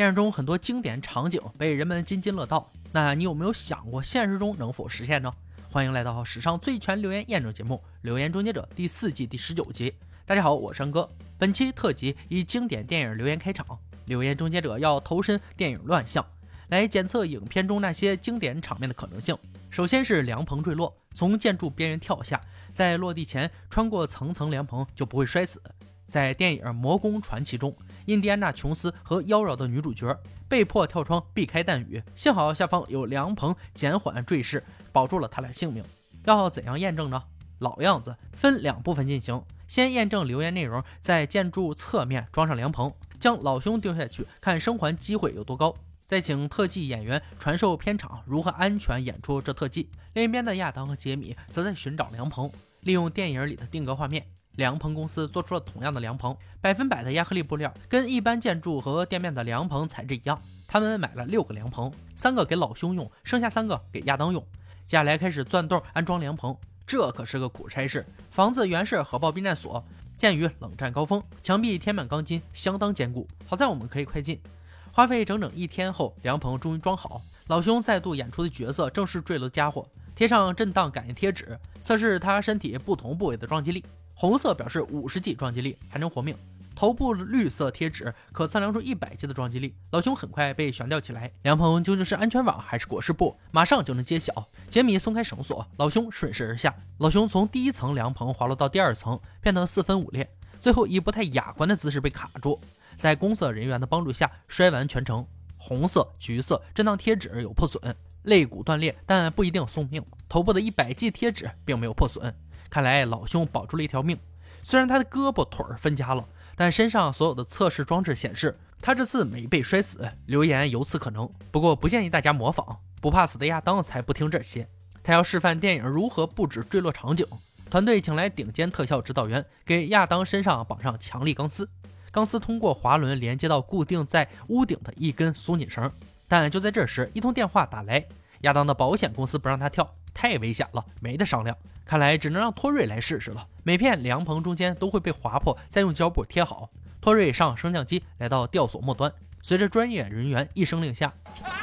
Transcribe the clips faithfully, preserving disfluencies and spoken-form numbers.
电视中很多经典场景被人们津津乐道，那你有没有想过现实中能否实现呢？欢迎来到史上最全留言验证节目《留言终结者》第四季第十九集。大家好，我是山哥。本期特辑以经典电影留言开场，留言终结者要投身电影乱象，来检测影片中那些经典场面的可能性。首先是凉棚坠落，从建筑边缘跳下，在落地前穿过层层凉棚就不会摔死。在电影《魔宫传奇》中，印第安纳琼斯和妖娆的女主角被迫跳窗避开弹雨，幸好下方有凉棚减缓坠势，保住了他俩性命。要怎样验证呢？老样子，分两部分进行。先验证留言内容，在建筑侧面装上凉棚，将老兄丢下去，看生还机会有多高。再请特技演员传授片场如何安全演出这特技。另一边的亚当和杰米则在寻找凉棚，利用电影里的定格画面，凉棚公司做出了同样的凉棚，百分百的亚克力布料，跟一般建筑和店面的凉棚材质一样。他们买了六个凉棚，三个给老兄用，剩下三个给亚当用。接下来开始钻洞安装凉棚，这可是个苦差事。房子原是核爆避难所，鉴于冷战高峰，墙壁贴满钢筋，相当坚固。好在我们可以快进。花费整整一天后，凉棚终于装好。老兄再度演出的角色正是坠楼家伙，贴上震荡感应贴纸，测试他身体不同部位的撞击力。红色表示五十级撞击力，还能活命。头部绿色贴纸可测量出一百级的撞击力。老兄很快被悬吊起来，凉棚究竟是安全网还是裹尸布，马上就能揭晓。杰米松开绳索，老兄顺势而下。老兄从第一层凉棚滑落到第二层，变得四分五裂，最后以不太雅观的姿势被卡住，在公厕人员的帮助下摔完全程。红色、橘色震荡贴纸有破损，肋骨断裂，但不一定送命。头部的一百级贴纸并没有破损，看来老兄保住了一条命。虽然他的胳膊腿分家了，但身上所有的测试装置显示他这次没被摔死，留言由此可能。不过不建议大家模仿，不怕死的亚当才不听这些。他要示范电影如何布置坠落场景。团队请来顶尖特效指导员，给亚当身上绑上强力钢丝，钢丝通过滑轮连接到固定在屋顶的一根松紧绳。但就在这时，一通电话打来，亚当的保险公司不让他跳，太危险了，没得商量。看来只能让托瑞来试试了。每片凉棚中间都会被划破，再用胶布贴好。托瑞上升降机来到吊索末端，随着专业人员一声令下，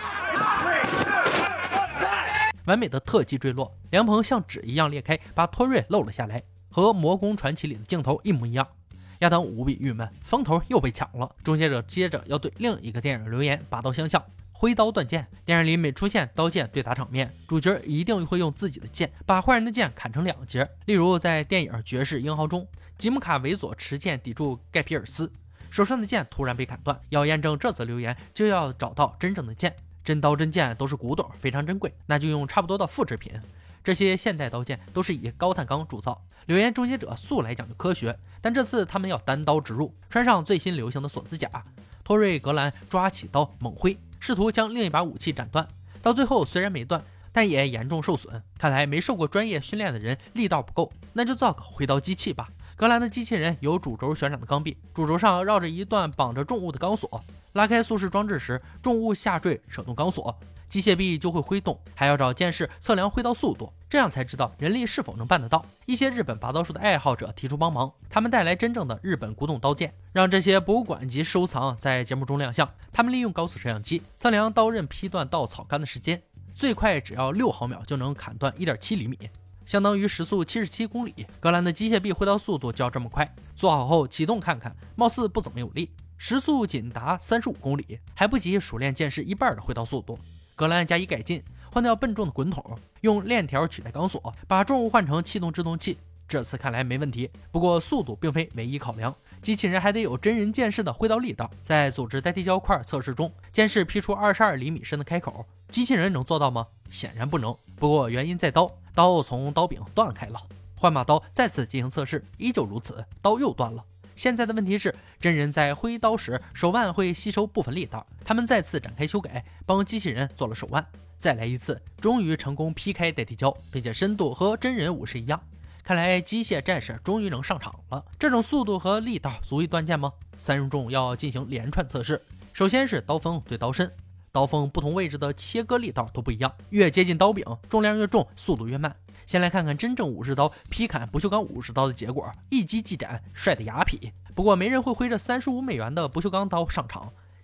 完美的特技坠落，凉棚像纸一样裂开，把托瑞漏了下来，和魔宫传奇里的镜头一模一样。亚当无比郁闷，风头又被抢了。终结者接着要对另一个电影留言拔刀相向，挥刀断剑。电影里每出现刀剑对打场面，主角一定会用自己的剑把坏人的剑砍成两截。例如在电影《绝世英豪》中，吉姆卡维佐持剑抵住盖皮尔斯，手上的剑突然被砍断。要验证这则留言，就要找到真正的剑。真刀真剑都是古董，非常珍贵，那就用差不多的复制品。这些现代刀剑都是以高碳钢铸造。留言终结者素来讲究科学，但这次他们要单刀直入，穿上最新流行的锁子甲。托瑞格兰抓起刀猛挥，试图将另一把武器斩断，到最后虽然没断，但也严重受损。看来没受过专业训练的人力道不够，那就造个挥刀机器吧。格兰的机器人有主轴旋转的钢臂，主轴上绕着一段绑着重物的钢索，拉开速式装置时，重物下坠扯动钢索，机械臂就会挥动。还要找剑士测量挥刀速度，这样才知道人力是否能办得到。一些日本拔刀术的爱好者提出帮忙，他们带来真正的日本古董刀剑，让这些博物馆级收藏在节目中亮相。他们利用高速摄像机测量刀刃劈断到草杆的时间，最快只要六毫秒就能砍断 一点七厘米，相当于时速七十七公里。格兰的机械臂挥刀速度就要这么快，做好后启动看看，貌似不怎么有力，时速仅达三十五公里，还不及熟练剑士一半的挥刀速度。格兰加以改进，换掉笨重的滚筒，用链条取代钢索，把重物换成气动制动器。这次看来没问题，不过速度并非唯一考量，机器人还得有真人剑士的挥刀力道。在组织代替胶块测试中，剑士劈出二十二厘米深的开口，机器人能做到吗？显然不能。不过原因在刀，刀从刀柄断开了。换把刀再次进行测试，依旧如此，刀又断了。现在的问题是，真人在挥刀时手腕会吸收部分力道，他们再次展开修改，帮机器人做了手腕。再来一次，终于成功劈开代替胶，并且深度和真人武士一样。看来机械战士终于能上场了。这种速度和力道足以断剑吗？三人众要进行连串测试。首先是刀锋对刀身，刀锋不同位置的切割力道都不一样，越接近刀柄，重量越重，速度越慢。先来看看真正武士刀劈砍不锈钢武士刀的结果，一击即斩，帅的雅痞。不过没人会挥着三十五美元的不锈钢刀上场，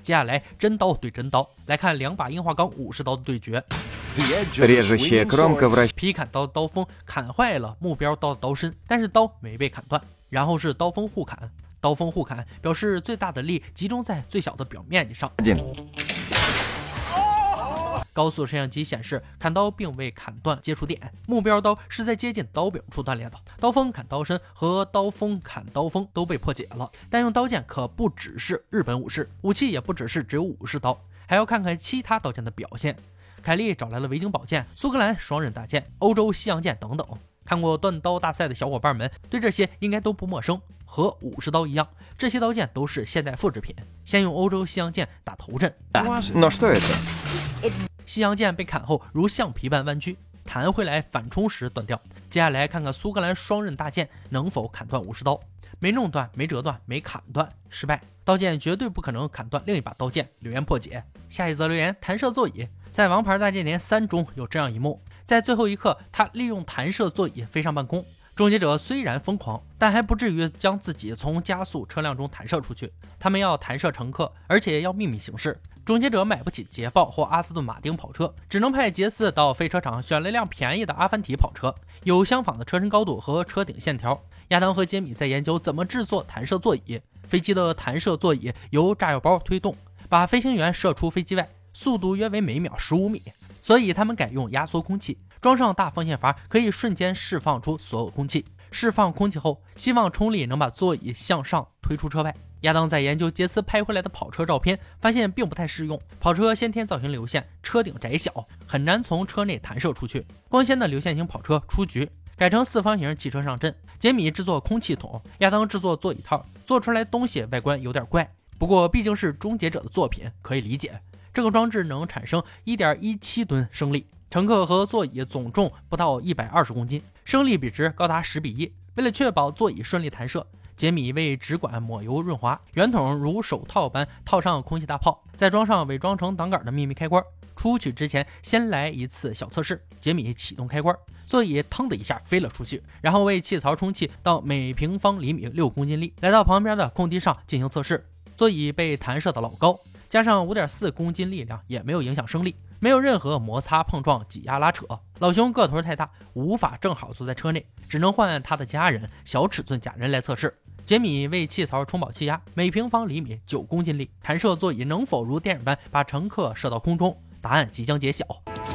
接下来真刀对真刀，来看两把樱花钢武士刀的对决。 Режущая кромка вращается. 劈砍刀的刀锋砍坏了目标刀的刀身，但是刀没被砍断。然后是刀锋互砍，刀锋互砍表示最大的力集中在最小的表面积上。高速摄像机显示，砍刀并未砍断接触点，目标刀是在接近刀柄处断裂的。刀锋砍刀身和刀锋砍刀锋都被破解了，但用刀剑可不只是日本武士，武器也不只是只有武士刀，还要看看其他刀剑的表现。凯利找来了维京宝剑、苏格兰双刃大剑、欧洲西洋剑等等。看过断刀大赛的小伙伴们对这些应该都不陌生，和武士刀一样，这些刀剑都是现代复制品。先用欧洲西洋剑打头阵， Но что это? 西洋剑被砍后如橡皮般弯曲，弹回来反冲时断掉。接下来看看苏格兰双刃大剑能否砍断武士刀，没弄断，没折断，没砍断，失败。刀剑绝对不可能砍断另一把刀剑，留言破解。下一则留言，弹射座椅。在王牌大剑年三中有这样一幕，在最后一刻他利用弹射座椅飞上半空，终结者虽然疯狂，但还不至于将自己从加速车辆中弹射出去。他们要弹射乘客，而且要秘密行事。终结者买不起捷豹或阿斯顿马丁跑车，只能派杰斯到飞车场选了一辆便宜的阿凡提跑车，有相仿的车身高度和车顶线条。亚当和杰米在研究怎么制作弹射座椅。飞机的弹射座椅由炸药包推动，把飞行员射出飞机外，速度约为每秒十五米，所以他们改用压缩空气，装上大放线阀，可以瞬间释放出所有空气。释放空气后，希望冲力能把座椅向上推出车外。亚当在研究杰斯拍回来的跑车照片，发现并不太适用。跑车先天造型流线，车顶窄小，很难从车内弹射出去。光纤的流线型跑车出局，改成四方形汽车上阵。杰米制作空气筒，亚当制作座椅套，做出来东西外观有点怪，不过毕竟是终结者的作品，可以理解。这个装置能产生 一点一七吨升力，乘客和座椅总重不到一百二十公斤，升力比值高达十比一。为了确保座椅顺利弹射，杰米为直管抹油润滑，圆筒如手套般套上空气大炮，再装上伪装成挡杆的秘密开关。出去之前先来一次小测试，杰米启动开关，座椅腾的一下飞了出去，然后为气槽充气到每平方厘米六公斤力，来到旁边的空地上进行测试。座椅被弹射的老高，加上 五点四公斤力量也没有影响升力，没有任何摩擦碰撞挤压拉扯。老兄个头太大，无法正好坐在车内，只能换他的家人小尺寸假人来测试。杰米为气槽充饱气压，每平方厘米九公斤力，弹射座椅能否如电影般把乘客射到空中？答案即将揭晓。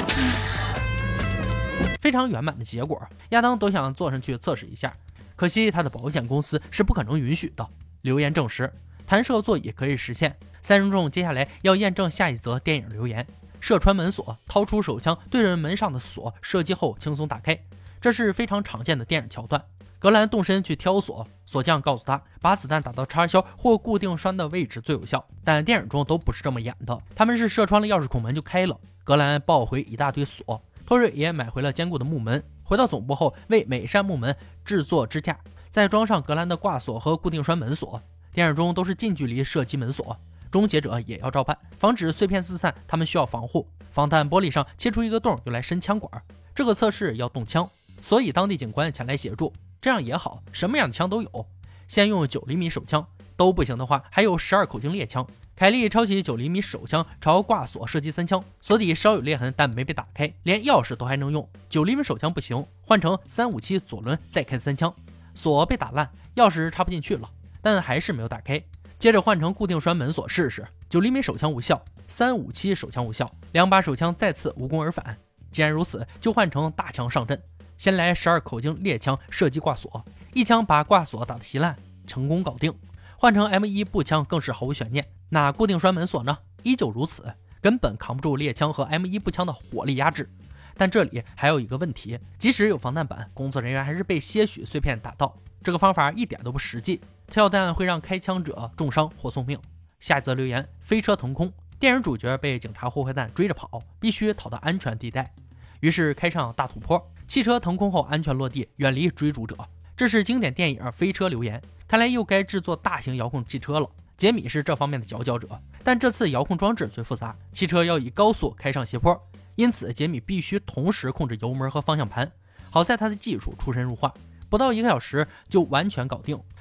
非常圆满的结果，亚当都想坐上去测试一下，可惜他的保险公司是不可能允许的。留言证实弹射座椅可以实现。三人众接下来要验证下一则电影留言：射穿门锁，掏出手枪对着门上的锁射击后轻松打开。这是非常常见的电影桥段。格兰动身去挑锁，锁匠告诉他，把子弹打到插销或固定栓的位置最有效，但电影中都不是这么演的，他们是射穿了钥匙孔，门就开了。格兰抱回一大堆锁，托瑞也买回了坚固的木门，回到总部后为每扇木门制作支架，再装上格兰的挂锁和固定栓门锁。电影中都是近距离射击门锁，终结者也要照办，防止碎片四散，他们需要防护。防弹玻璃上切出一个洞，用来伸枪管。这个测试要动枪，所以当地警官前来协助，这样也好，什么样的枪都有。先用九厘米手枪，都不行的话还有十二口径猎枪。凯利抄起九厘米手枪朝挂锁射击三枪，锁底稍有裂痕，但没被打开，连钥匙都还能用。九厘米手枪不行，换成三五七左轮再开三枪，锁被打烂，钥匙插不进去了，但还是没有打开。接着换成固定栓门锁试试，九厘米手枪无效，三五七手枪无效，两把手枪再次无功而返。既然如此，就换成大枪上阵。先来十二口径猎枪射击挂锁，一枪把挂锁打得稀烂，成功搞定。换成 M 一 步枪更是毫无悬念。那固定栓门锁呢？依旧如此，根本扛不住猎枪和 M 一 步枪的火力压制。但这里还有一个问题，即使有防弹板，工作人员还是被些许碎片打到，这个方法一点都不实际。跳弹会让开枪者重伤或送命。下一则留言：飞车腾空。电影主角被警察或坏蛋追着跑，必须逃到安全地带，于是开上大土坡，汽车腾空后安全落地，远离追逐者。这是经典电影《飞车》留言，看来又该制作大型遥控汽车了。杰米是这方面的佼佼者，但这次遥控装置最复杂，汽车要以高速开上斜坡，因此杰米必须同时控制油门和方向盘。好在他的技术出神入化，不到一个小时就完全搞定。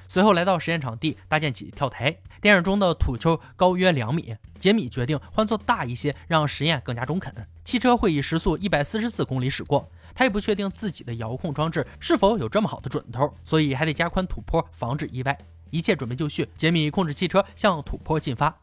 随后来到实验场地搭建起跳台。电影中的土丘高约两米，杰米决定换做大一些，让实验更加中肯。汽车会以时速一百四十四公里驶过，他也不确定自己的遥控装置是否有这么好的准头，所以还得加宽土坡，防止意外。一切准备就绪，杰米控制汽车向土坡进发。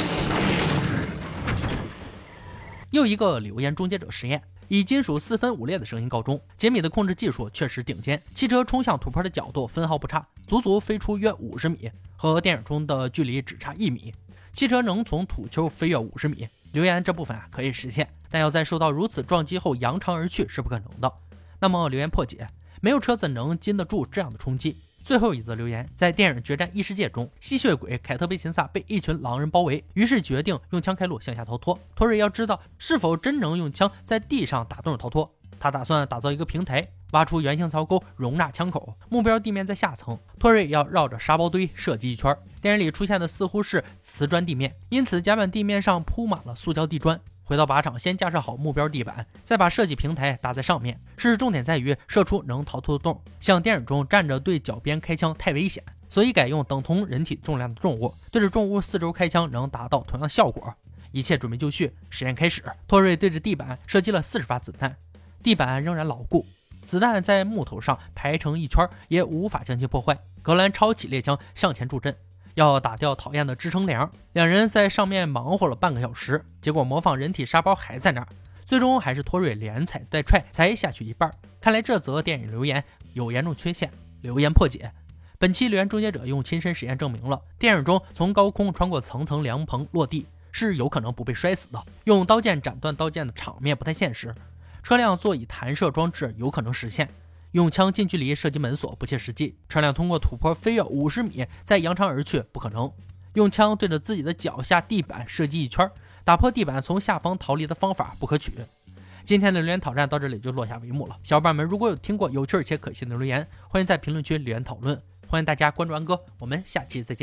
又一个流言终结者实验以金属四分五裂的声音告终。杰米的控制技术确实顶尖，汽车冲向土坡的角度分毫不差，足足飞出约五十米，和电影中的距离只差一米。汽车能从土丘飞跃五十米，流言这部分啊可以实现，但要在受到如此撞击后扬长而去是不可能的。那么流言破解，没有车子能经得住这样的冲击。最后一则留言，在电影《决战异世界》中，吸血鬼凯特贝琴萨被一群狼人包围，于是决定用枪开路向下逃脱。托瑞要知道是否真能用枪在地上打洞逃脱，他打算打造一个平台，挖出圆形槽沟容纳枪口，目标地面在下层。托瑞要绕着沙包堆射击一圈。电影里出现的似乎是瓷砖地面，因此甲板地面上铺满了塑胶地砖。回到靶场，先架设好目标地板，再把射击平台搭在上面。是重点在于射出能逃脱的洞。像电影中站着对脚边开枪太危险，所以改用等同人体重量的重物，对着重物四周开枪能达到同样的效果。一切准备就绪，实验开始。托瑞对着地板射击了四十发子弹，地板仍然牢固，子弹在木头上排成一圈，也无法将其破坏。格兰抄起猎枪向前助阵，要打掉讨厌的支撑梁。两人在上面忙活了半个小时，结果模仿人体沙包还在那儿，最终还是托瑞连踩带踹才下去一半。看来这则电影留言有严重缺陷，留言破解。本期留言终结者用亲身实验证明了，电影中从高空穿过层层凉棚落地是有可能不被摔死的，用刀剑斩断刀剑的场面不太现实。车辆座椅弹射装置有可能实现，用枪近距离射击门锁不切实际。车辆通过土坡飞跃五十米再扬长而去不可能。用枪对着自己的脚下地板射击一圈，打破地板从下方逃离的方法不可取。今天的留言挑战到这里就落下帷幕了。小伙伴们如果有听过有趣且可信的留言，欢迎在评论区留言讨论。欢迎大家关注安哥，我们下期再见。